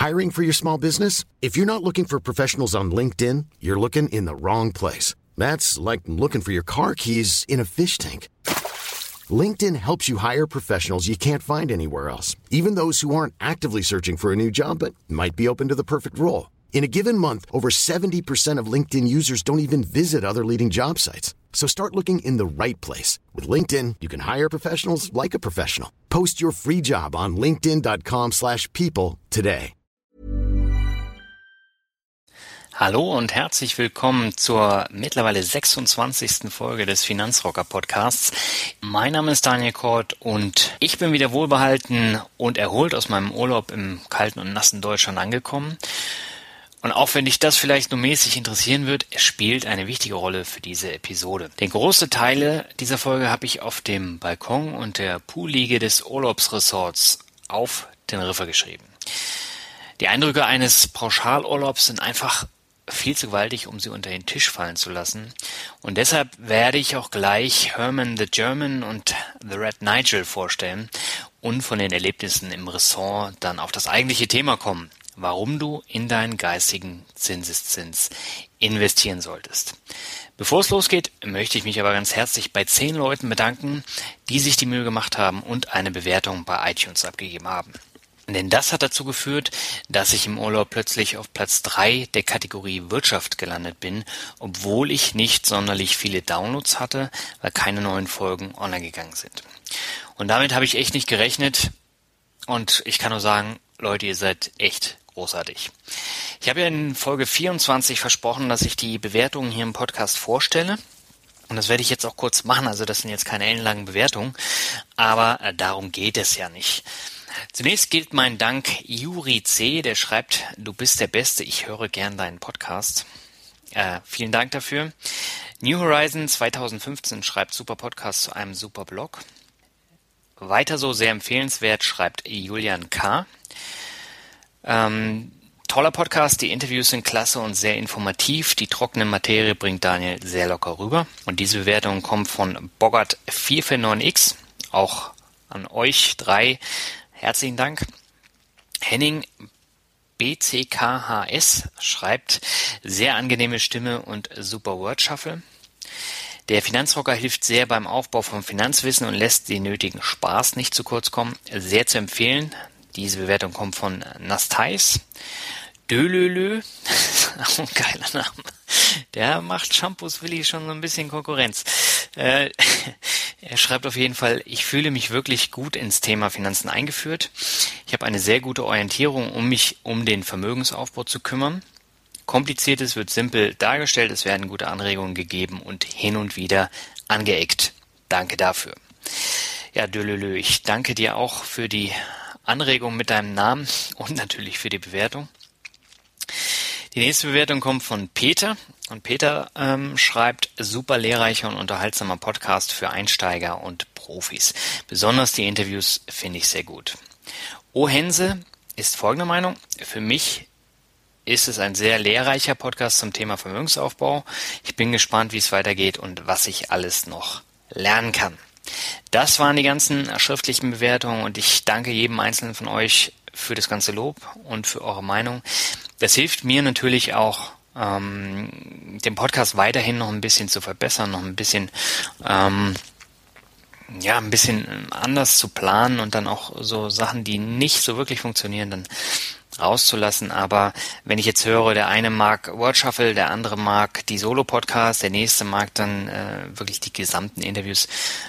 Hiring for your small business? If you're not looking for professionals on LinkedIn, you're looking in the wrong place. That's like looking for your car keys in a fish tank. LinkedIn helps you hire professionals you can't find anywhere else, even those who aren't actively searching for a new job but might be open to the perfect role. In a given month, over 70% of LinkedIn users don't even visit other leading job sites. So start looking in the right place. With LinkedIn, you can hire professionals like a professional. Post your free job on linkedin.com/people today. Hallo und herzlich willkommen zur mittlerweile 26. Folge des Finanzrocker Podcasts. Mein Name ist Daniel Kort und ich bin wieder wohlbehalten und erholt aus meinem Urlaub im kalten und nassen Deutschland angekommen. Und auch wenn dich das vielleicht nur mäßig interessieren wird, es spielt eine wichtige Rolle für diese Episode. Denn große Teile dieser Folge habe ich auf dem Balkon und der Poolliege des Urlaubsresorts auf Teneriffa geschrieben. Die Eindrücke eines Pauschalurlaubs sind einfach viel zu gewaltig, um sie unter den Tisch fallen zu lassen. Und deshalb werde ich auch gleich Herman the German und The Red Nigel vorstellen und von den Erlebnissen im Ressort dann auf das eigentliche Thema kommen, warum du in deinen geistigen Zinseszins investieren solltest. Bevor es losgeht, möchte ich mich aber ganz herzlich bei 10 Leuten bedanken, die sich die Mühe gemacht haben und eine Bewertung bei iTunes abgegeben haben. Denn das hat dazu geführt, dass ich im Urlaub plötzlich auf Platz 3 der Kategorie Wirtschaft gelandet bin, obwohl ich nicht sonderlich viele Downloads hatte, weil keine neuen Folgen online gegangen sind. Und damit habe ich echt nicht gerechnet und ich kann nur sagen, Leute, ihr seid echt großartig. Ich habe ja in Folge 24 versprochen, dass ich die Bewertungen hier im Podcast vorstelle. Und das werde ich jetzt auch kurz machen, also das sind jetzt keine ellenlangen Bewertungen, aber darum geht es ja nicht. Zunächst gilt mein Dank Juri C., der schreibt, du bist der Beste, ich höre gern deinen Podcast. Vielen Dank dafür. New Horizon 2015 schreibt super Podcast zu einem super Blog. Weiter so, sehr empfehlenswert, schreibt Julian K. Toller Podcast, die Interviews sind klasse und sehr informativ. Die trockene Materie bringt Daniel sehr locker rüber. Und diese Bewertung kommt von Bogart449X, auch an euch 3. Herzlichen Dank. Henning BCKHS schreibt, sehr angenehme Stimme und super Word-Shuffle. Der Finanzrocker hilft sehr beim Aufbau von Finanzwissen und lässt den nötigen Spaß nicht zu kurz kommen. Sehr zu empfehlen. Diese Bewertung kommt von Nastais. Dölölö, auch ein geiler Name. Der macht Shampoos Willi schon so ein bisschen Konkurrenz. Er schreibt auf jeden Fall, ich fühle mich wirklich gut ins Thema Finanzen eingeführt. Ich habe eine sehr gute Orientierung, um mich um den Vermögensaufbau zu kümmern. Kompliziertes wird simpel dargestellt, es werden gute Anregungen gegeben und hin und wieder angeeckt. Danke dafür. Ja, Dölölö, ich danke dir auch für die Anregung mit deinem Namen und natürlich für die Bewertung. Die nächste Bewertung kommt von Peter und Peter schreibt, super lehrreicher und unterhaltsamer Podcast für Einsteiger und Profis. Besonders die Interviews finde ich sehr gut. O Hense ist folgender Meinung, für mich ist es ein sehr lehrreicher Podcast zum Thema Vermögensaufbau. Ich bin gespannt, wie es weitergeht und was ich alles noch lernen kann. Das waren die ganzen schriftlichen Bewertungen und ich danke jedem Einzelnen von euch für das ganze Lob und für eure Meinung. Das hilft mir natürlich auch, den Podcast weiterhin noch ein bisschen zu verbessern, noch ein bisschen, ein bisschen anders zu planen und dann auch so Sachen, die nicht so wirklich funktionieren, dann rauszulassen. Aber wenn ich jetzt höre, der eine mag Wordshuffle, der andere mag die Solo-Podcasts, der nächste mag dann wirklich die gesamten Interviews,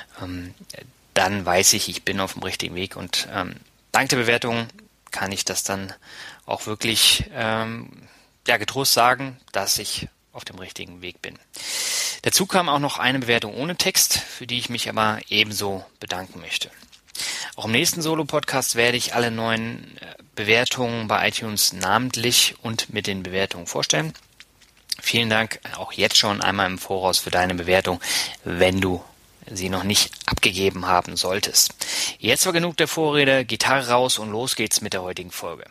dann weiß ich, ich bin auf dem richtigen Weg und dank der Bewertung kann ich das dann auch wirklich getrost sagen, dass ich auf dem richtigen Weg bin. Dazu kam auch noch eine Bewertung ohne Text, für die ich mich aber ebenso bedanken möchte. Auch im nächsten Solo-Podcast werde ich alle neuen Bewertungen bei iTunes namentlich und mit den Bewertungen vorstellen. Vielen Dank auch jetzt schon einmal im Voraus für deine Bewertung, wenn du sie noch nicht abgegeben haben solltest. Jetzt war genug der Vorrede, Gitarre raus und los geht's mit der heutigen Folge.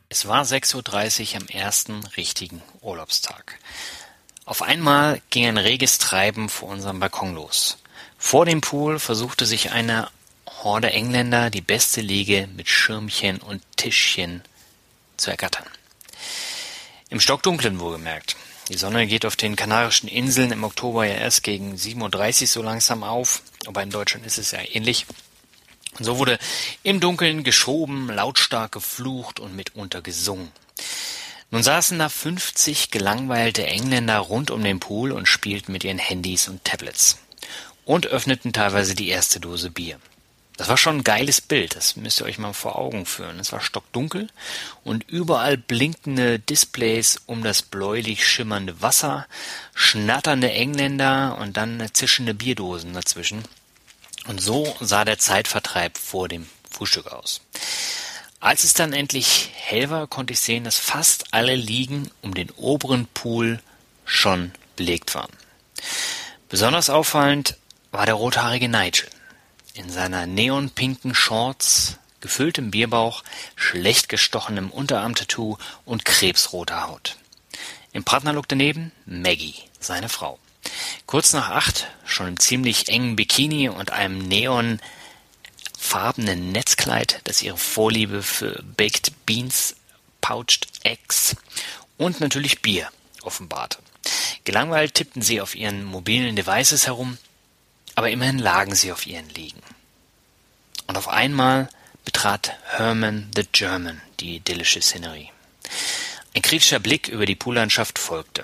Es war 6:30 Uhr am ersten richtigen Urlaubstag. Auf einmal ging ein reges Treiben vor unserem Balkon los. Vor dem Pool versuchte sich eine Horde Engländer die beste Liege mit Schirmchen und Tischchen zu ergattern. Im Stockdunklen wohlgemerkt. Die Sonne geht auf den Kanarischen Inseln im Oktober ja erst gegen 7:30 Uhr so langsam auf, aber in Deutschland ist es ja ähnlich. Und so wurde im Dunkeln geschoben, lautstark geflucht und mitunter gesungen. Nun saßen da 50 gelangweilte Engländer rund um den Pool und spielten mit ihren Handys und Tablets. Und öffneten teilweise die erste Dose Bier. Das war schon ein geiles Bild, das müsst ihr euch mal vor Augen führen. Es war stockdunkel und überall blinkende Displays um das bläulich schimmernde Wasser, schnatternde Engländer und dann zischende Bierdosen dazwischen. Und so sah der Zeitvertreib vor dem Frühstück aus. Als es dann endlich hell war, konnte ich sehen, dass fast alle Liegen um den oberen Pool schon belegt waren. Besonders auffallend war der rothaarige Nigel. In seiner neonpinken Shorts, gefülltem Bierbauch, schlecht gestochenem Unterarmtattoo und krebsroter Haut. Im Partnerlook daneben Maggie, seine Frau. Kurz nach 8, schon im ziemlich engen Bikini und einem neonfarbenen Netzkleid, das ihre Vorliebe für Baked Beans, Poached Eggs und natürlich Bier offenbarte. Gelangweilt tippten sie auf ihren mobilen Devices herum, aber immerhin lagen sie auf ihren Liegen. Und auf einmal betrat Herman the German die idyllische Szenerie. Ein kritischer Blick über die Poollandschaft folgte.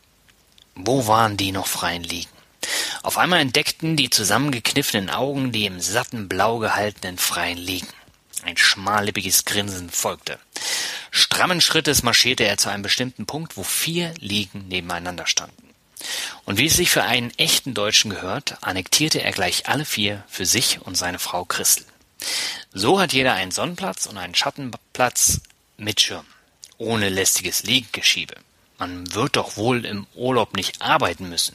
Wo waren die noch freien Liegen? Auf einmal entdeckten die zusammengekniffenen Augen die im satten Blau gehaltenen freien Liegen. Ein schmallippiges Grinsen folgte. Strammen Schrittes marschierte er zu einem bestimmten Punkt, wo 4 Liegen nebeneinander standen. Und wie es sich für einen echten Deutschen gehört, annektierte er gleich alle 4 für sich und seine Frau Christel. So hat jeder einen Sonnenplatz und einen Schattenplatz mit Schirm, ohne lästiges Liegengeschiebe. Man wird doch wohl im Urlaub nicht arbeiten müssen.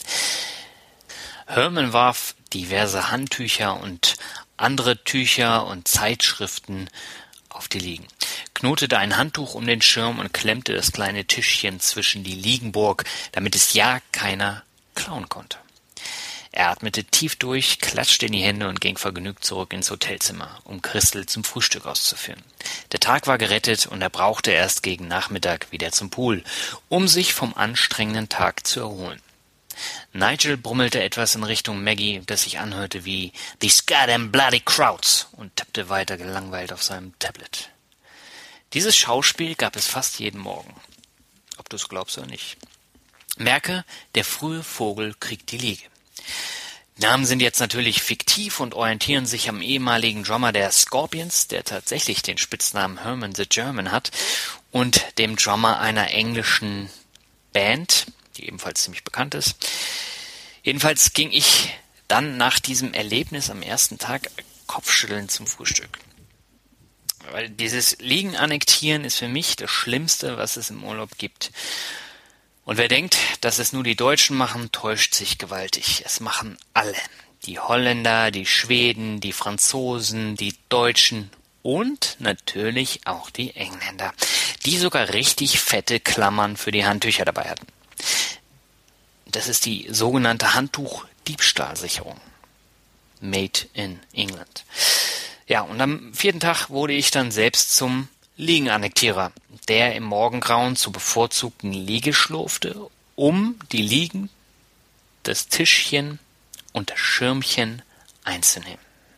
Herman warf diverse Handtücher und andere Tücher und Zeitschriften auf die Liegen, knotete ein Handtuch um den Schirm und klemmte das kleine Tischchen zwischen die Liegenburg, damit es ja keiner klauen konnte. Er atmete tief durch, klatschte in die Hände und ging vergnügt zurück ins Hotelzimmer, um Christel zum Frühstück auszuführen. Der Tag war gerettet und er brauchte erst gegen Nachmittag wieder zum Pool, um sich vom anstrengenden Tag zu erholen. Nigel brummelte etwas in Richtung Maggie, das sich anhörte wie »These goddamn bloody crowds« und tippte weiter gelangweilt auf seinem Tablet. Dieses Schauspiel gab es fast jeden Morgen, ob du es glaubst oder nicht. Merke, der frühe Vogel kriegt die Liege. Die Namen sind jetzt natürlich fiktiv und orientieren sich am ehemaligen Drummer der Scorpions, der tatsächlich den Spitznamen Herman the German hat, und dem Drummer einer englischen Band, die ebenfalls ziemlich bekannt ist. Jedenfalls ging ich dann nach diesem Erlebnis am ersten Tag kopfschüttelnd zum Frühstück. Weil dieses Liegen annektieren ist für mich das Schlimmste, was es im Urlaub gibt. Und wer denkt, dass es nur die Deutschen machen, täuscht sich gewaltig. Es machen alle. Die Holländer, die Schweden, die Franzosen, die Deutschen und natürlich auch die Engländer, die sogar richtig fette Klammern für die Handtücher dabei hatten. Das ist die sogenannte Handtuch-Diebstahlsicherung. Made in England. Ja, und am 4. Tag wurde ich dann selbst zum Liegenannektierer, der im Morgengrauen zur bevorzugten Liege schlurfte, um die Liegen, das Tischchen und das Schirmchen einzunehmen.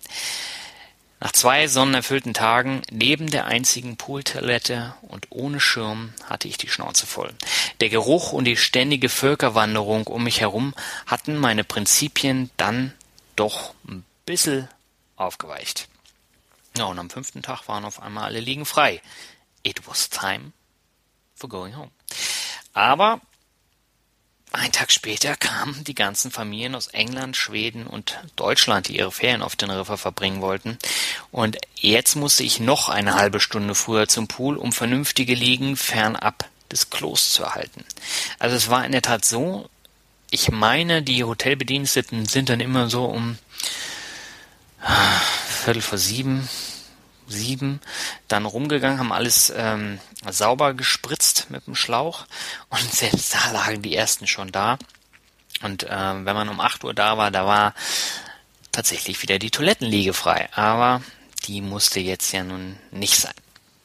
Nach 2 sonnenerfüllten Tagen neben der einzigen Pooltoilette und ohne Schirm hatte ich die Schnauze voll. Der Geruch und die ständige Völkerwanderung um mich herum hatten meine Prinzipien dann doch ein bisschen aufgeweicht. Ja, und am 5. Tag waren auf einmal alle Liegen frei. It was time for going home. Aber einen Tag später kamen die ganzen Familien aus England, Schweden und Deutschland, die ihre Ferien auf Teneriffa verbringen wollten. Und jetzt musste ich noch eine halbe Stunde früher zum Pool, um vernünftige Liegen fernab des Klos zu erhalten. Also es war in der Tat so, ich meine, die Hotelbediensteten sind dann immer so um 6:45, 7 dann rumgegangen, haben alles sauber gespritzt mit dem Schlauch und selbst da lagen die ersten schon da. Und wenn man um 8 Uhr da war tatsächlich wieder die Toilettenliege frei. Aber die musste jetzt ja nun nicht sein.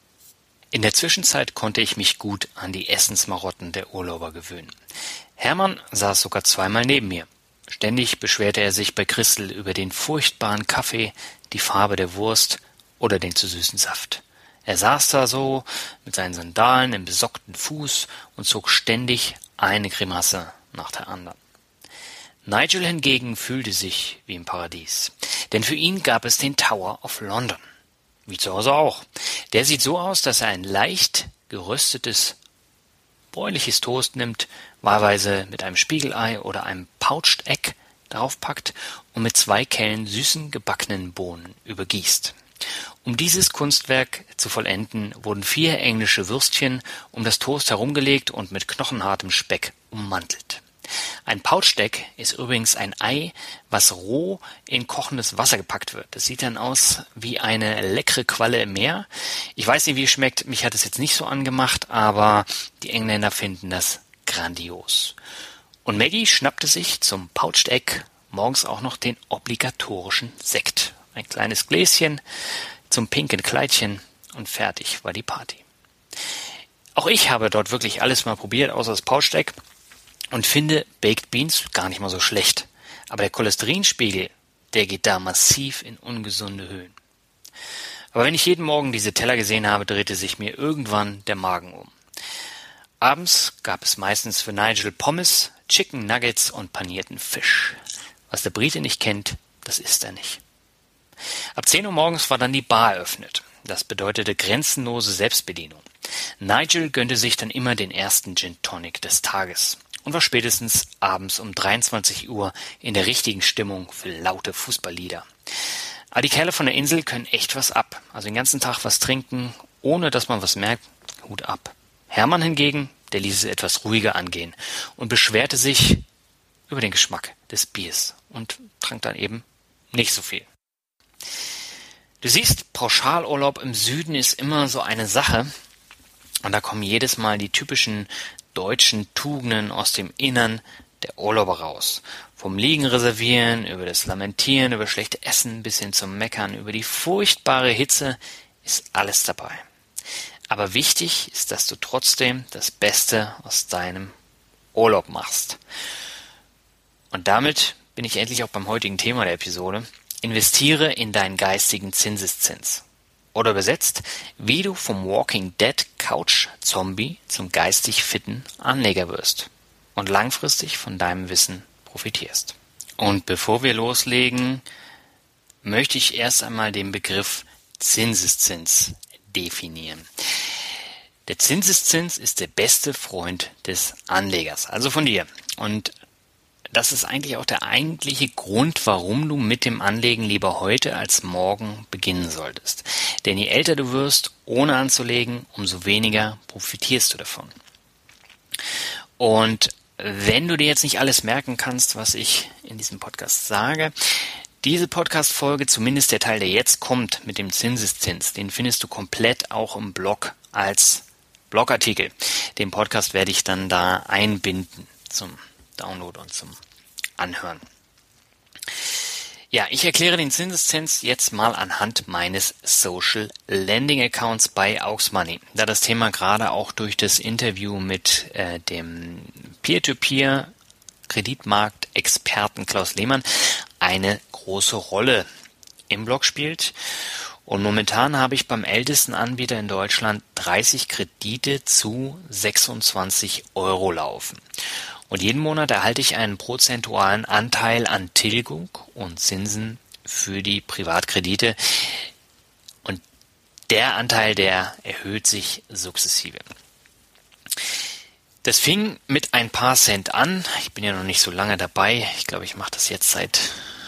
In der Zwischenzeit konnte ich mich gut an die Essensmarotten der Urlauber gewöhnen. Hermann saß sogar zweimal neben mir. Ständig beschwerte er sich bei Christel über den furchtbaren Kaffee, die Farbe der Wurst oder den zu süßen Saft. Er saß da so mit seinen Sandalen im besockten Fuß und zog ständig eine Grimasse nach der anderen. Nigel hingegen fühlte sich wie im Paradies, denn für ihn gab es den Tower of London. Wie zu Hause auch. Der sieht so aus, dass er ein leicht geröstetes, bräunliches Toast nimmt, wahlweise mit einem Spiegelei oder einem Poached Egg draufpackt und mit 2 Kellen süßen gebackenen Bohnen übergießt. Um dieses Kunstwerk zu vollenden, wurden 4 englische Würstchen um das Toast herumgelegt und mit knochenhartem Speck ummantelt. Ein Poached Egg ist übrigens ein Ei, was roh in kochendes Wasser gepackt wird. Das sieht dann aus wie eine leckere Qualle im Meer. Ich weiß nicht, wie es schmeckt. Mich hat es jetzt nicht so angemacht, aber die Engländer finden das grandios. Und Maggie schnappte sich zum Poached Egg morgens auch noch den obligatorischen Sekt. Ein kleines Gläschen zum pinken Kleidchen und fertig war die Party. Auch ich habe dort wirklich alles mal probiert, außer das Poached Egg. Und finde Baked Beans gar nicht mal so schlecht. Aber der Cholesterinspiegel, der geht da massiv in ungesunde Höhen. Aber wenn ich jeden Morgen diese Teller gesehen habe, drehte sich mir irgendwann der Magen um. Abends gab es meistens für Nigel Pommes, Chicken Nuggets und panierten Fisch. Was der Brite nicht kennt, das isst er nicht. Ab 10 Uhr morgens war dann die Bar eröffnet. Das bedeutete grenzenlose Selbstbedienung. Nigel gönnte sich dann immer den ersten Gin Tonic des Tages und war spätestens abends um 23 Uhr in der richtigen Stimmung für laute Fußballlieder. Aber die Kerle von der Insel können echt was ab. Also den ganzen Tag was trinken, ohne dass man was merkt, Hut ab. Hermann hingegen, der ließ es etwas ruhiger angehen und beschwerte sich über den Geschmack des Biers und trank dann eben nicht so viel. Du siehst, Pauschalurlaub im Süden ist immer so eine Sache und da kommen jedes Mal die typischen deutschen Tugenden aus dem Innern der Urlauber raus. Vom Liegen reservieren, über das Lamentieren, über schlechte Essen bis hin zum Meckern, über die furchtbare Hitze ist alles dabei. Aber wichtig ist, dass du trotzdem das Beste aus deinem Urlaub machst. Und damit bin ich endlich auch beim heutigen Thema der Episode. Investiere in deinen geistigen Zinseszins. Oder übersetzt, wie du vom Walking Dead Couch Zombie zum geistig fitten Anleger wirst und langfristig von deinem Wissen profitierst. Und bevor wir loslegen, möchte ich erst einmal den Begriff Zinseszins definieren. Der Zinseszins ist der beste Freund des Anlegers, also von dir. Und das ist eigentlich auch der eigentliche Grund, warum du mit dem Anlegen lieber heute als morgen beginnen solltest. Denn je älter du wirst, ohne anzulegen, umso weniger profitierst du davon. Und wenn du dir jetzt nicht alles merken kannst, was ich in diesem Podcast sage, diese Podcast-Folge, zumindest der Teil, der jetzt kommt mit dem Zinseszins, den findest du komplett auch im Blog als Blogartikel. Den Podcast werde ich dann da einbinden zum Download und zum Anhören. Ja, ich erkläre den Zinseszins jetzt mal anhand meines Social Lending Accounts bei Aux Money, da das Thema gerade auch durch das Interview mit dem Peer-to-Peer Kreditmarkt-Experten Klaus Lehmann eine große Rolle im Blog spielt. Und momentan habe ich beim ältesten Anbieter in Deutschland 30 Kredite zu 26 Euro laufen. Und jeden Monat erhalte ich einen prozentualen Anteil an Tilgung und Zinsen für die Privatkredite. Und der Anteil, der erhöht sich sukzessive. Das fing mit ein paar Cent an. Ich bin ja noch nicht so lange dabei. Ich glaube, ich mache das jetzt seit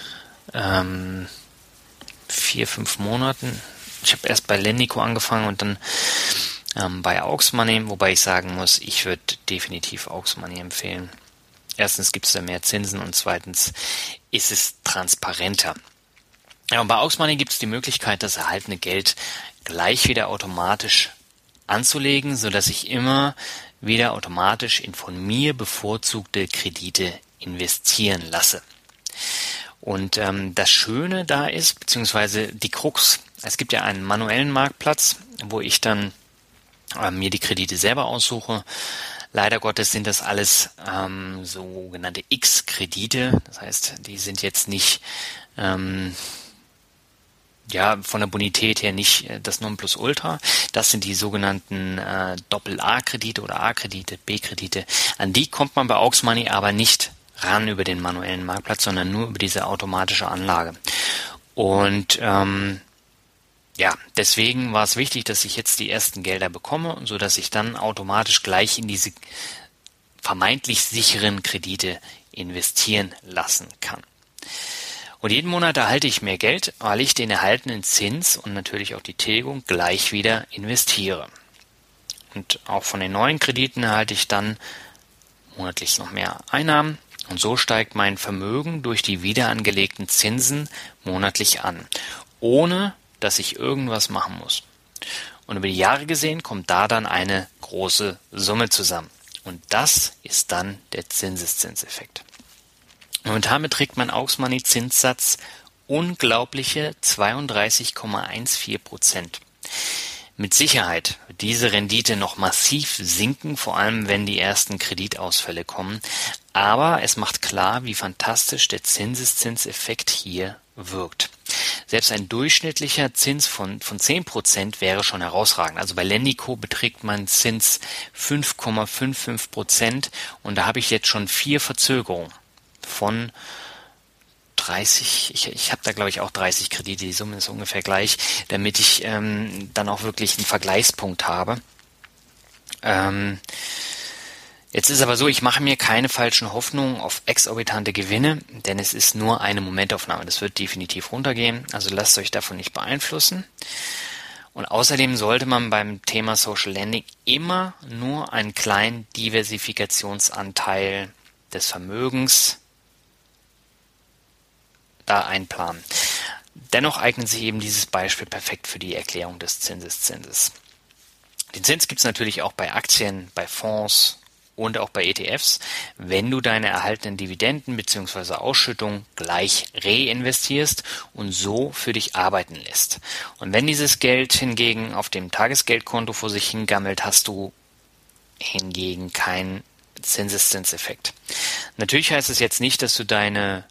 4-5 Monaten. Ich habe erst bei Lendico angefangen und dann bei Aux Money, wobei ich sagen muss, ich würde definitiv Aux Money empfehlen. Erstens gibt es da mehr Zinsen und zweitens ist es transparenter. Ja, und bei Aux Money gibt es die Möglichkeit, das erhaltene Geld gleich wieder automatisch anzulegen, sodass ich immer wieder automatisch in von mir bevorzugte Kredite investieren lasse. Und das Schöne da ist, beziehungsweise die Krux, es gibt ja einen manuellen Marktplatz, wo ich dann mir die Kredite selber aussuche. Leider Gottes sind das alles sogenannte X-Kredite, das heißt, die sind jetzt nicht von der Bonität her nicht das Nonplusultra. Das sind die sogenannten Doppel-A-Kredite oder A-Kredite, B-Kredite. An die kommt man bei Aux Money aber nicht ran über den manuellen Marktplatz, sondern nur über diese automatische Anlage. Und deswegen war es wichtig, dass ich jetzt die ersten Gelder bekomme, sodass ich dann automatisch gleich in diese vermeintlich sicheren Kredite investieren lassen kann. Und jeden Monat erhalte ich mehr Geld, weil ich den erhaltenen Zins und natürlich auch die Tilgung gleich wieder investiere. Und auch von den neuen Krediten erhalte ich dann monatlich noch mehr Einnahmen. Und so steigt mein Vermögen durch die wiederangelegten Zinsen monatlich an, ohne dass ich irgendwas machen muss. Und über die Jahre gesehen kommt da dann eine große Summe zusammen. Und das ist dann der Zinseszinseffekt. Momentan beträgt mein Aux Money Zinssatz unglaubliche 32,14%. Mit Sicherheit wird diese Rendite noch massiv sinken, vor allem wenn die ersten Kreditausfälle kommen. Aber es macht klar, wie fantastisch der Zinseszinseffekt hier wirkt. Selbst ein durchschnittlicher Zins von 10% wäre schon herausragend. Also bei Lendico beträgt mein Zins 5,55% und da habe ich jetzt schon 4 Verzögerungen von 30, ich habe da glaube ich auch 30 Kredite, die Summe ist ungefähr gleich, damit ich dann auch wirklich einen Vergleichspunkt habe. Jetzt ist aber so, ich mache mir keine falschen Hoffnungen auf exorbitante Gewinne, denn es ist nur eine Momentaufnahme. Das wird definitiv runtergehen, also lasst euch davon nicht beeinflussen. Und außerdem sollte man beim Thema Social Lending immer nur einen kleinen Diversifikationsanteil des Vermögens da einplanen. Dennoch eignet sich eben dieses Beispiel perfekt für die Erklärung des Zinseszinses. Den Zins gibt es natürlich auch bei Aktien, bei Fonds und auch bei ETFs, wenn du deine erhaltenen Dividenden bzw. Ausschüttungen gleich reinvestierst und so für dich arbeiten lässt. Und wenn dieses Geld hingegen auf dem Tagesgeldkonto vor sich hingammelt, hast du hingegen keinen Zinseszinseffekt. Natürlich heißt es jetzt nicht, dass du deine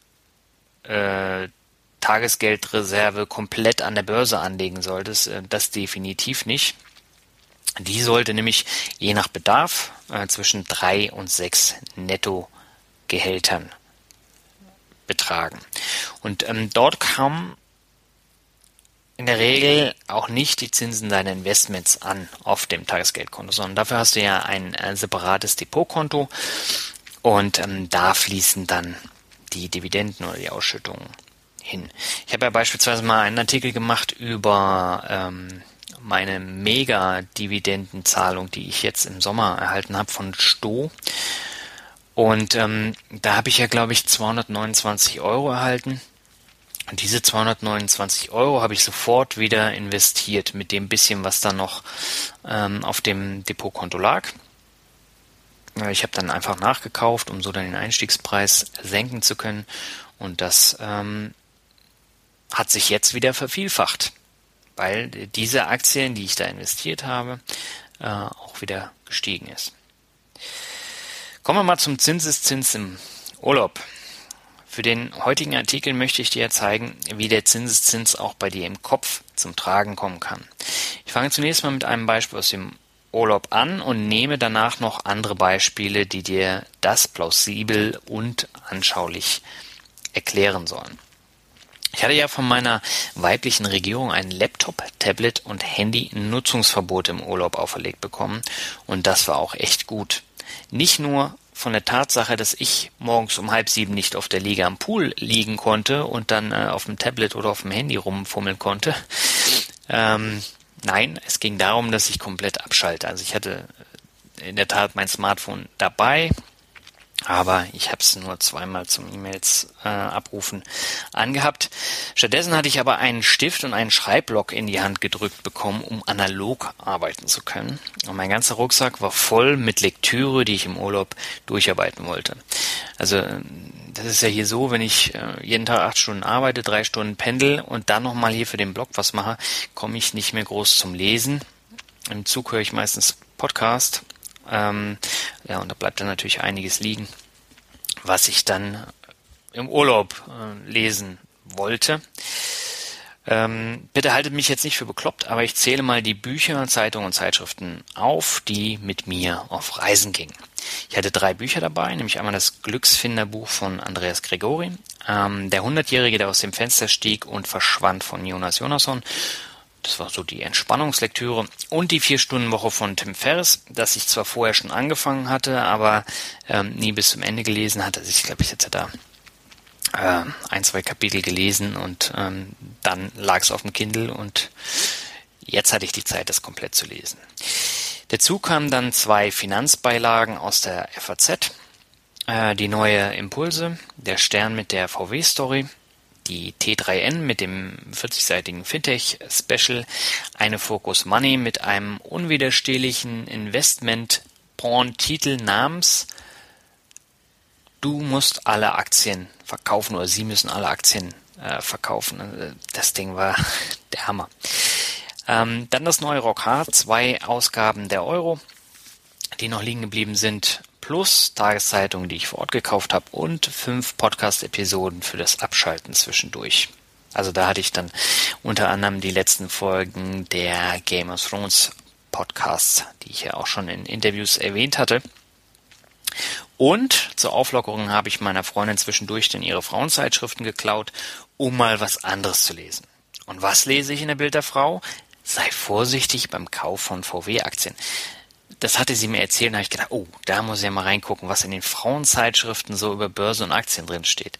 Tagesgeldreserve komplett an der Börse anlegen solltest. Das definitiv nicht. Die sollte nämlich je nach Bedarf zwischen 3 und 6 Nettogehältern betragen. Und dort kommen in der Regel auch nicht die Zinsen deiner Investments an auf dem Tagesgeldkonto, sondern dafür hast du ja ein separates Depotkonto und da fließen dann die Dividenden oder die Ausschüttungen hin. Ich habe ja beispielsweise mal einen Artikel gemacht über meine Mega-Dividendenzahlung, die ich jetzt im Sommer erhalten habe von Sto. Und da habe ich ja, glaube ich, 229 € erhalten. Und diese 229 € habe ich sofort wieder investiert mit dem bisschen, was da noch auf dem Depotkonto lag. Ich habe dann einfach nachgekauft, um so dann den Einstiegspreis senken zu können. Und das hat sich jetzt wieder vervielfacht, weil diese Aktie, in die ich da investiert habe, auch wieder gestiegen ist. Kommen wir mal zum Zinseszins im Urlaub. Für den heutigen Artikel möchte ich dir zeigen, wie der Zinseszins auch bei dir im Kopf zum Tragen kommen kann. Ich fange zunächst mal mit einem Beispiel aus dem Urlaub an und nehme danach noch andere Beispiele, die dir das plausibel und anschaulich erklären sollen. Ich hatte ja von meiner weiblichen Regierung ein Laptop, Tablet und Handy-Nutzungsverbot im Urlaub auferlegt bekommen und das war auch echt gut. Nicht nur von der Tatsache, dass ich morgens um 6:30 nicht auf der Liege am Pool liegen konnte und dann auf dem Tablet oder auf dem Handy rumfummeln konnte. Nein, es ging darum, dass ich komplett abschalte. Also ich hatte in der Tat mein Smartphone dabei, aber ich habe es nur zweimal zum E-Mails abrufen angehabt. Stattdessen hatte ich aber einen Stift und einen Schreibblock in die Hand gedrückt bekommen, um analog arbeiten zu können. Und mein ganzer Rucksack war voll mit Lektüre, die ich im Urlaub durcharbeiten wollte. Also das ist ja hier so, wenn ich jeden Tag 8 Stunden arbeite, 3 Stunden pendel und dann nochmal hier für den Blog was mache, komme ich nicht mehr groß zum Lesen. Im Zug höre ich meistens Podcast. Und da bleibt dann natürlich einiges liegen, was ich dann im Urlaub lesen wollte. Bitte haltet mich jetzt nicht für bekloppt, aber ich zähle mal die Bücher, Zeitungen und Zeitschriften auf, die mit mir auf Reisen gingen. Ich hatte 3 Bücher dabei, nämlich einmal das Glücksfinderbuch von Andreas Gregori, der 100-Jährige, der aus dem Fenster stieg und verschwand von Jonas Jonasson. Das war so die Entspannungslektüre. Und die 4-Stunden-Woche von Tim Ferriss, das ich zwar vorher schon angefangen hatte, aber nie bis zum Ende gelesen hatte. Also ich glaube, ich hatte da 1-2 Kapitel gelesen und dann lag es auf dem Kindle und jetzt hatte ich die Zeit, das komplett zu lesen. Dazu kamen dann 2 Finanzbeilagen aus der FAZ, die neue Impulse, der Stern mit der VW-Story, die T3N mit dem 40-seitigen Fintech-Special, eine Focus Money mit einem unwiderstehlichen Investment-Porn-Titel namens Du musst alle Aktien verkaufen oder Sie müssen alle Aktien verkaufen. Das Ding war der Hammer. Dann das neue Rock Hard, 2 Ausgaben der Euro, die noch liegen geblieben sind, plus Tageszeitungen, die ich vor Ort gekauft habe und 5 Podcast-Episoden für das Abschalten zwischendurch. Also da hatte ich dann unter anderem die letzten Folgen der Game of Thrones Podcasts, die ich ja auch schon in Interviews erwähnt hatte. Und zur Auflockerung habe ich meiner Freundin zwischendurch dann ihre Frauenzeitschriften geklaut, um mal was anderes zu lesen. Und was lese ich in der Bild der Frau? Sei vorsichtig beim Kauf von VW-Aktien. Das hatte sie mir erzählt und habe ich gedacht, oh, da muss ich ja mal reingucken, was in den Frauenzeitschriften so über Börse und Aktien drin steht.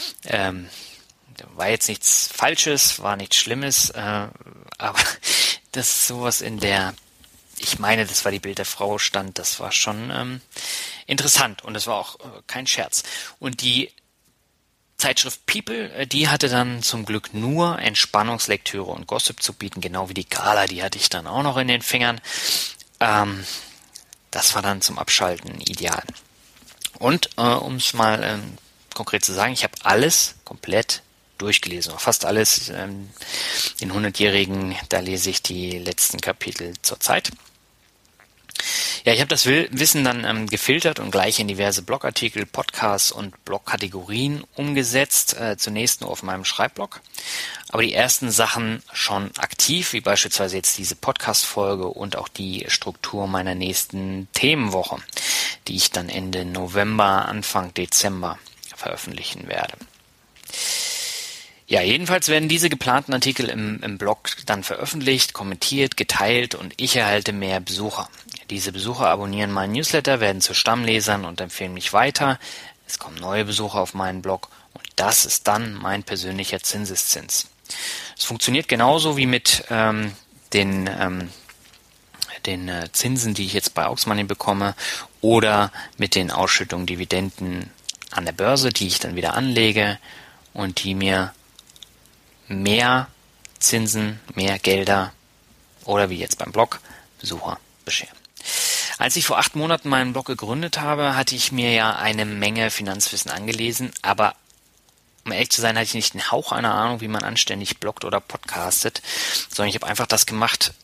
War jetzt nichts Falsches, war nichts Schlimmes, aber das ist sowas in der, ich meine, das war die Bild der Frau stand, das war schon interessant und das war auch kein Scherz. Und die Zeitschrift People, die hatte dann zum Glück nur Entspannungslektüre und Gossip zu bieten, genau wie die Gala, die hatte ich dann auch noch in den Fingern. Das war dann zum Abschalten ideal. Und um es mal konkret zu sagen, ich habe alles komplett durchgelesen, fast alles. Den 100-Jährigen, da lese ich die letzten Kapitel zur Zeit. Ja, ich habe das Wissen dann gefiltert und gleich in diverse Blogartikel, Podcasts und Blogkategorien umgesetzt, zunächst nur auf meinem Schreibblog. Aber die ersten Sachen schon aktiv, wie beispielsweise jetzt diese Podcast-Folge und auch die Struktur meiner nächsten Themenwoche, die ich dann Ende November, Anfang Dezember veröffentlichen werde. Ja, jedenfalls werden diese geplanten Artikel im Blog dann veröffentlicht, kommentiert, geteilt und ich erhalte mehr Besucher. Diese Besucher abonnieren meinen Newsletter, werden zu Stammlesern und empfehlen mich weiter. Es kommen neue Besucher auf meinen Blog und das ist dann mein persönlicher Zinseszins. Es funktioniert genauso wie mit den Zinsen, die ich jetzt bei Aux Money bekomme oder mit den Ausschüttungen, Dividenden an der Börse, die ich dann wieder anlege und die mir mehr Zinsen, mehr Gelder oder wie jetzt beim Blog Besucher bescheren. Als ich vor 8 Monaten meinen Blog gegründet habe, hatte ich mir ja eine Menge Finanzwissen angelesen, aber um ehrlich zu sein, hatte ich nicht einen Hauch einer Ahnung, wie man anständig bloggt oder podcastet, sondern ich habe einfach das gemacht,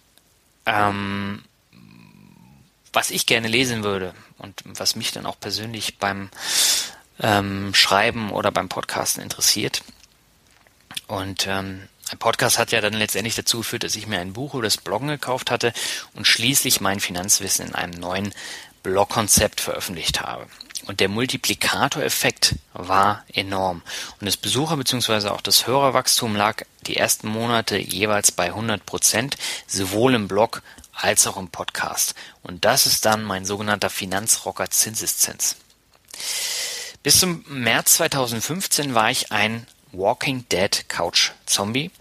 was ich gerne lesen würde und was mich dann auch persönlich beim Schreiben oder beim Podcasten interessiert. Und ein Podcast hat ja dann letztendlich dazu geführt, dass ich mir ein Buch über das Bloggen gekauft hatte und schließlich mein Finanzwissen in einem neuen Blogkonzept veröffentlicht habe. Und der Multiplikatoreffekt war enorm. Und das Besucher- bzw. auch das Hörerwachstum lag die ersten Monate jeweils bei 100%, sowohl im Blog als auch im Podcast. Und das ist dann mein sogenannter Finanzrocker Zinseszins. Bis zum März 2015 war ich ein Walking Dead Couch Zombie,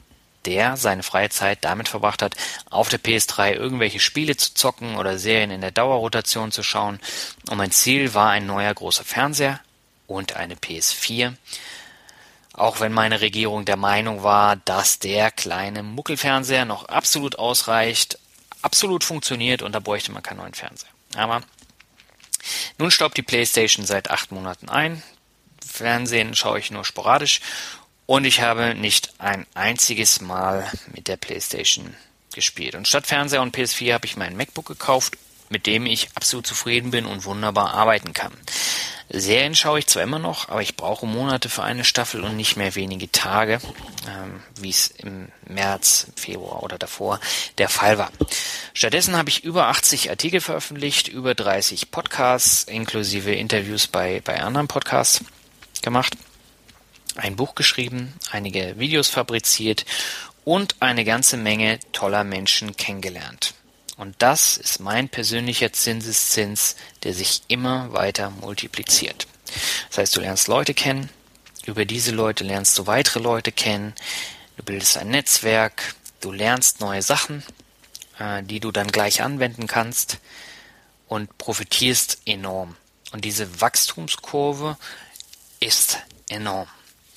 der seine freie Zeit damit verbracht hat, auf der PS3 irgendwelche Spiele zu zocken oder Serien in der Dauerrotation zu schauen. Und mein Ziel war ein neuer großer Fernseher und eine PS4. Auch wenn meine Regierung der Meinung war, dass der kleine Muckelfernseher noch absolut ausreicht, absolut funktioniert und da bräuchte man keinen neuen Fernseher. Aber nun staubt die PlayStation seit 8 Monaten ein. Fernsehen schaue ich nur sporadisch und ich habe nicht ein einziges Mal mit der PlayStation gespielt. Und statt Fernseher und PS4 habe ich mein MacBook gekauft, mit dem ich absolut zufrieden bin und wunderbar arbeiten kann. Serien schaue ich zwar immer noch, aber ich brauche Monate für eine Staffel und nicht mehr wenige Tage, wie es im März, Februar oder davor der Fall war. Stattdessen habe ich über 80 Artikel veröffentlicht, über 30 Podcasts inklusive Interviews bei anderen Podcasts gemacht, ein Buch geschrieben, einige Videos fabriziert und eine ganze Menge toller Menschen kennengelernt. Und das ist mein persönlicher Zinseszins, der sich immer weiter multipliziert. Das heißt, du lernst Leute kennen, über diese Leute lernst du weitere Leute kennen, du bildest ein Netzwerk, du lernst neue Sachen, die du dann gleich anwenden kannst und profitierst enorm. Und diese Wachstumskurve ist enorm.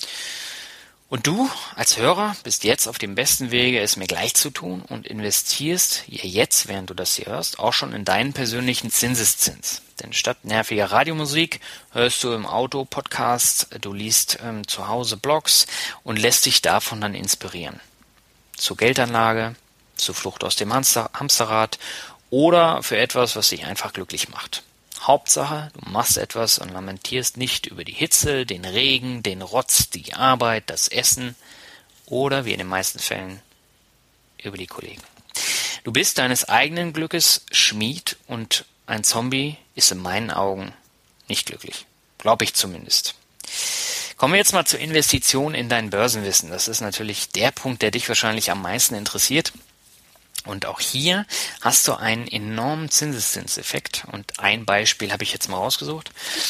Und du als Hörer bist jetzt auf dem besten Wege, es mir gleich zu tun und investierst jetzt, während du das hier hörst, auch schon in deinen persönlichen Zinseszins. Denn statt nerviger Radiomusik hörst du im Auto Podcasts, du liest zu Hause Blogs und lässt dich davon dann inspirieren. Zur Geldanlage, zur Flucht aus dem Hamsterrad oder für etwas, was dich einfach glücklich macht. Hauptsache, du machst etwas und lamentierst nicht über die Hitze, den Regen, den Rotz, die Arbeit, das Essen oder, wie in den meisten Fällen, über die Kollegen. Du bist deines eigenen Glückes Schmied und ein Zombie ist in meinen Augen nicht glücklich. Glaube ich zumindest. Kommen wir jetzt mal zur Investition in dein Börsenwissen. Das ist natürlich der Punkt, der dich wahrscheinlich am meisten interessiert. Und auch hier hast du einen enormen Zinseszinseffekt. Und ein Beispiel habe ich jetzt mal rausgesucht.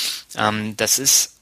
Das ist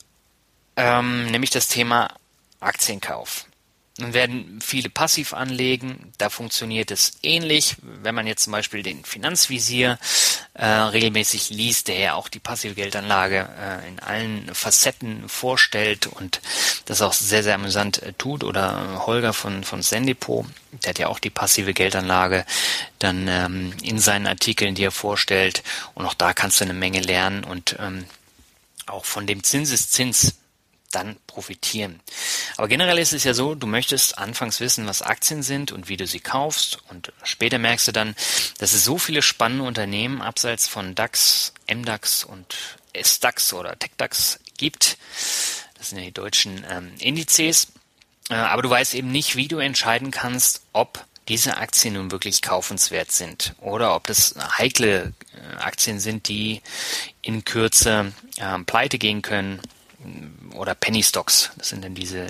nämlich das Thema Aktienkauf. Nun werden viele passiv anlegen. Da funktioniert es ähnlich. Wenn man jetzt zum Beispiel den Finanzvisier regelmäßig liest, der ja auch die passive Geldanlage in allen Facetten vorstellt und das auch sehr, sehr amüsant tut. Oder Holger von Zendepot, der hat ja auch die passive Geldanlage dann in seinen Artikeln, die er vorstellt. Und auch da kannst du eine Menge lernen und auch von dem Zinseszins dann profitieren. Aber generell ist es ja so, du möchtest anfangs wissen, was Aktien sind und wie du sie kaufst und später merkst du dann, dass es so viele spannende Unternehmen abseits von DAX, MDAX und SDAX oder TechDAX gibt. Das sind ja die deutschen Indizes. Aber du weißt eben nicht, wie du entscheiden kannst, ob diese Aktien nun wirklich kaufenswert sind oder ob das heikle Aktien sind, die in Kürze pleite gehen können. Oder Penny Stocks, das sind dann diese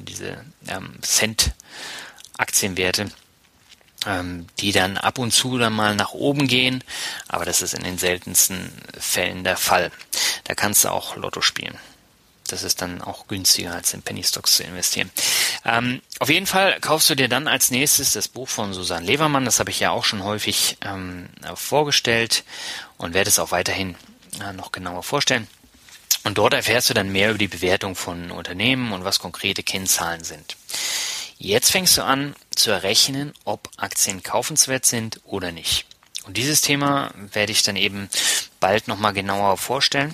Cent-Aktienwerte, die dann ab und zu dann mal nach oben gehen, aber das ist in den seltensten Fällen der Fall. Da kannst du auch Lotto spielen. Das ist dann auch günstiger, als in Penny Stocks zu investieren. Auf jeden Fall kaufst du dir dann als nächstes das Buch von Susanne Levermann, das habe ich ja auch schon häufig vorgestellt und werde es auch weiterhin noch genauer vorstellen. Und dort erfährst du dann mehr über die Bewertung von Unternehmen und was konkrete Kennzahlen sind. Jetzt fängst du an zu errechnen, ob Aktien kaufenswert sind oder nicht. Und dieses Thema werde ich dann eben bald nochmal genauer vorstellen.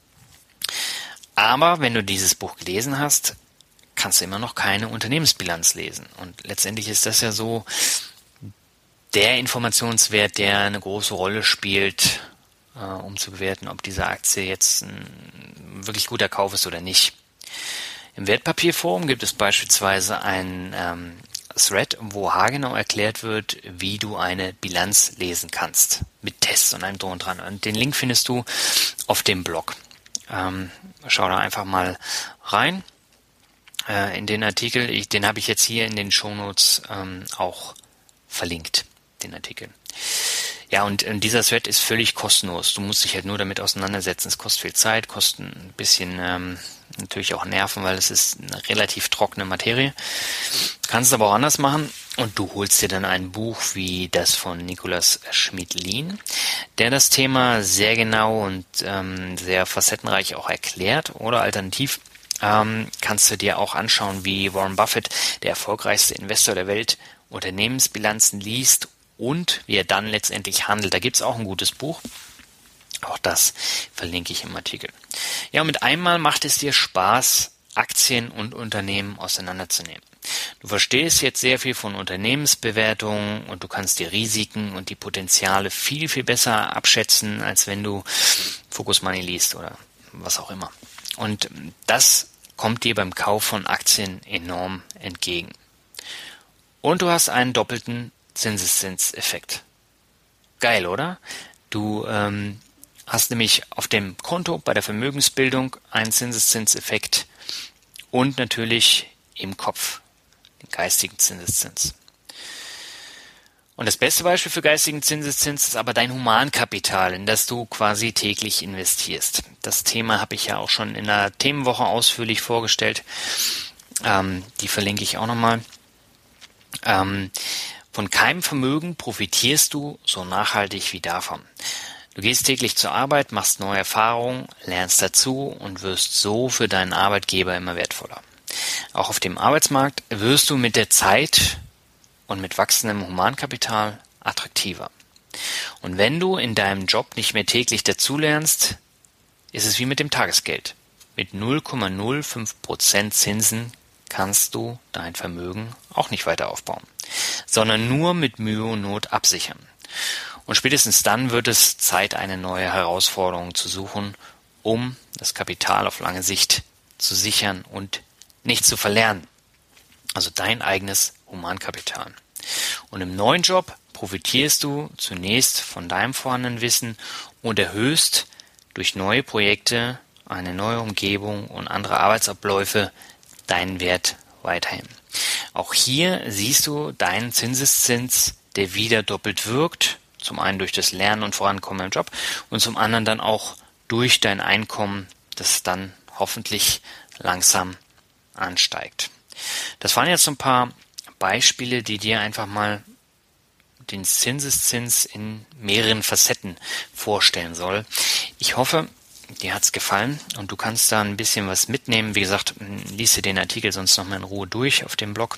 Aber wenn du dieses Buch gelesen hast, kannst du immer noch keine Unternehmensbilanz lesen. Und letztendlich ist das ja so der Informationswert, der eine große Rolle spielt, um zu bewerten, ob diese Aktie jetzt ein wirklich guter Kauf ist oder nicht. Im Wertpapierforum gibt es beispielsweise einen Thread, wo haargenau erklärt wird, wie du eine Bilanz lesen kannst. Mit Tests und allem drum und dran. Und den Link findest du auf dem Blog. Schau da einfach mal rein in den Artikel. Den habe ich jetzt hier in den Shownotes auch verlinkt, den Artikel. Ja, und dieser Thread ist völlig kostenlos. Du musst dich halt nur damit auseinandersetzen. Es kostet viel Zeit, kostet ein bisschen natürlich auch Nerven, weil es ist eine relativ trockene Materie. Du kannst es aber auch anders machen und du holst dir dann ein Buch wie das von Nicolas Schmidlin, der das Thema sehr genau und sehr facettenreich auch erklärt. Oder alternativ kannst du dir auch anschauen, wie Warren Buffett, der erfolgreichste Investor der Welt, Unternehmensbilanzen liest und wie er dann letztendlich handelt. Da gibt es auch ein gutes Buch. Auch das verlinke ich im Artikel. Ja, und mit einmal macht es dir Spaß, Aktien und Unternehmen auseinanderzunehmen. Du verstehst jetzt sehr viel von Unternehmensbewertungen und du kannst die Risiken und die Potenziale viel, viel besser abschätzen, als wenn du Focus Money liest oder was auch immer. Und das kommt dir beim Kauf von Aktien enorm entgegen. Und du hast einen doppelten Zinseszinseffekt. Geil, oder? Du hast nämlich auf dem Konto bei der Vermögensbildung einen Zinseszinseffekt und natürlich im Kopf den geistigen Zinseszins. Und das beste Beispiel für geistigen Zinseszins ist aber dein Humankapital, in das du quasi täglich investierst. Das Thema habe ich ja auch schon in der Themenwoche ausführlich vorgestellt. Die verlinke ich auch nochmal. Von keinem Vermögen profitierst du so nachhaltig wie davon. Du gehst täglich zur Arbeit, machst neue Erfahrungen, lernst dazu und wirst so für deinen Arbeitgeber immer wertvoller. Auch auf dem Arbeitsmarkt wirst du mit der Zeit und mit wachsendem Humankapital attraktiver. Und wenn du in deinem Job nicht mehr täglich dazulernst, ist es wie mit dem Tagesgeld. Mit 0,05% Zinsen kannst du dein Vermögen auch nicht weiter aufbauen, sondern nur mit Mühe und Not absichern. Und spätestens dann wird es Zeit, eine neue Herausforderung zu suchen, um das Kapital auf lange Sicht zu sichern und nicht zu verlernen. Also dein eigenes Humankapital. Und im neuen Job profitierst du zunächst von deinem vorhandenen Wissen und erhöhst durch neue Projekte, eine neue Umgebung und andere Arbeitsabläufe deinen Wert weiterhin. Auch hier siehst du deinen Zinseszins, der wieder doppelt wirkt. Zum einen durch das Lernen und Vorankommen im Job und zum anderen dann auch durch dein Einkommen, das dann hoffentlich langsam ansteigt. Das waren jetzt so ein paar Beispiele, die dir einfach mal den Zinseszins in mehreren Facetten vorstellen soll. Ich hoffe, dir hat's gefallen und du kannst da ein bisschen was mitnehmen. Wie gesagt, lies dir den Artikel sonst noch mal in Ruhe durch auf dem Blog.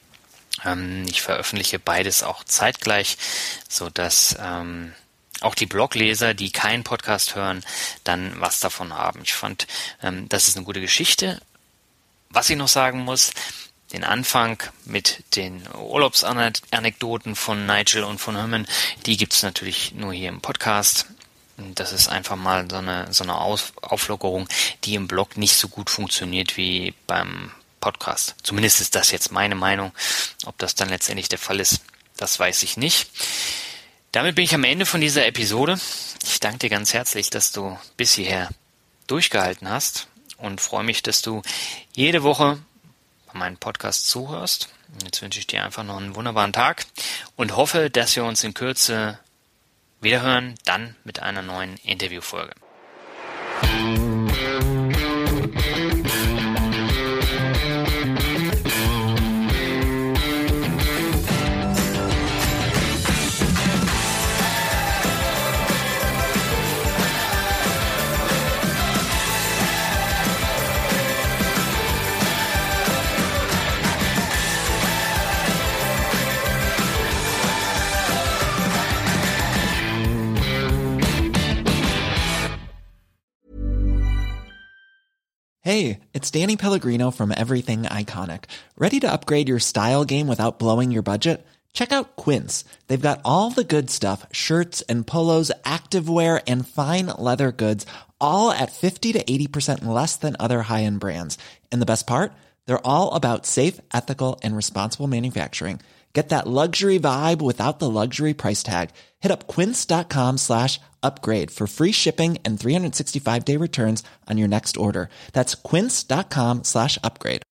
Ich veröffentliche beides auch zeitgleich, so dass auch die Blogleser, die keinen Podcast hören, dann was davon haben. Ich fand, das ist eine gute Geschichte. Was ich noch sagen muss, den Anfang mit den Urlaubsanekdoten von Nigel und von Herman, die gibt's natürlich nur hier im Podcast. Das ist einfach mal so eine Auflockerung, die im Blog nicht so gut funktioniert wie beim Podcast. Zumindest ist das jetzt meine Meinung. Ob das dann letztendlich der Fall ist, das weiß ich nicht. Damit bin ich am Ende von dieser Episode. Ich danke dir ganz herzlich, dass du bis hierher durchgehalten hast und freue mich, dass du jede Woche bei meinem Podcast zuhörst. Und jetzt wünsche ich dir einfach noch einen wunderbaren Tag und hoffe, dass wir uns in Kürze wiederhören, dann mit einer neuen Interviewfolge. Hey, it's Danny Pellegrino from Everything Iconic. Ready to upgrade your style game without blowing your budget? Check out Quince. They've got all the good stuff, shirts and polos, activewear, and fine leather goods, all at 50 to 80% less than other high-end brands. And the best part? They're all about safe, ethical, and responsible manufacturing. Get that luxury vibe without the luxury price tag. Hit up quince.com/upgrade for free shipping and 365-day returns on your next order. That's quince.com/upgrade.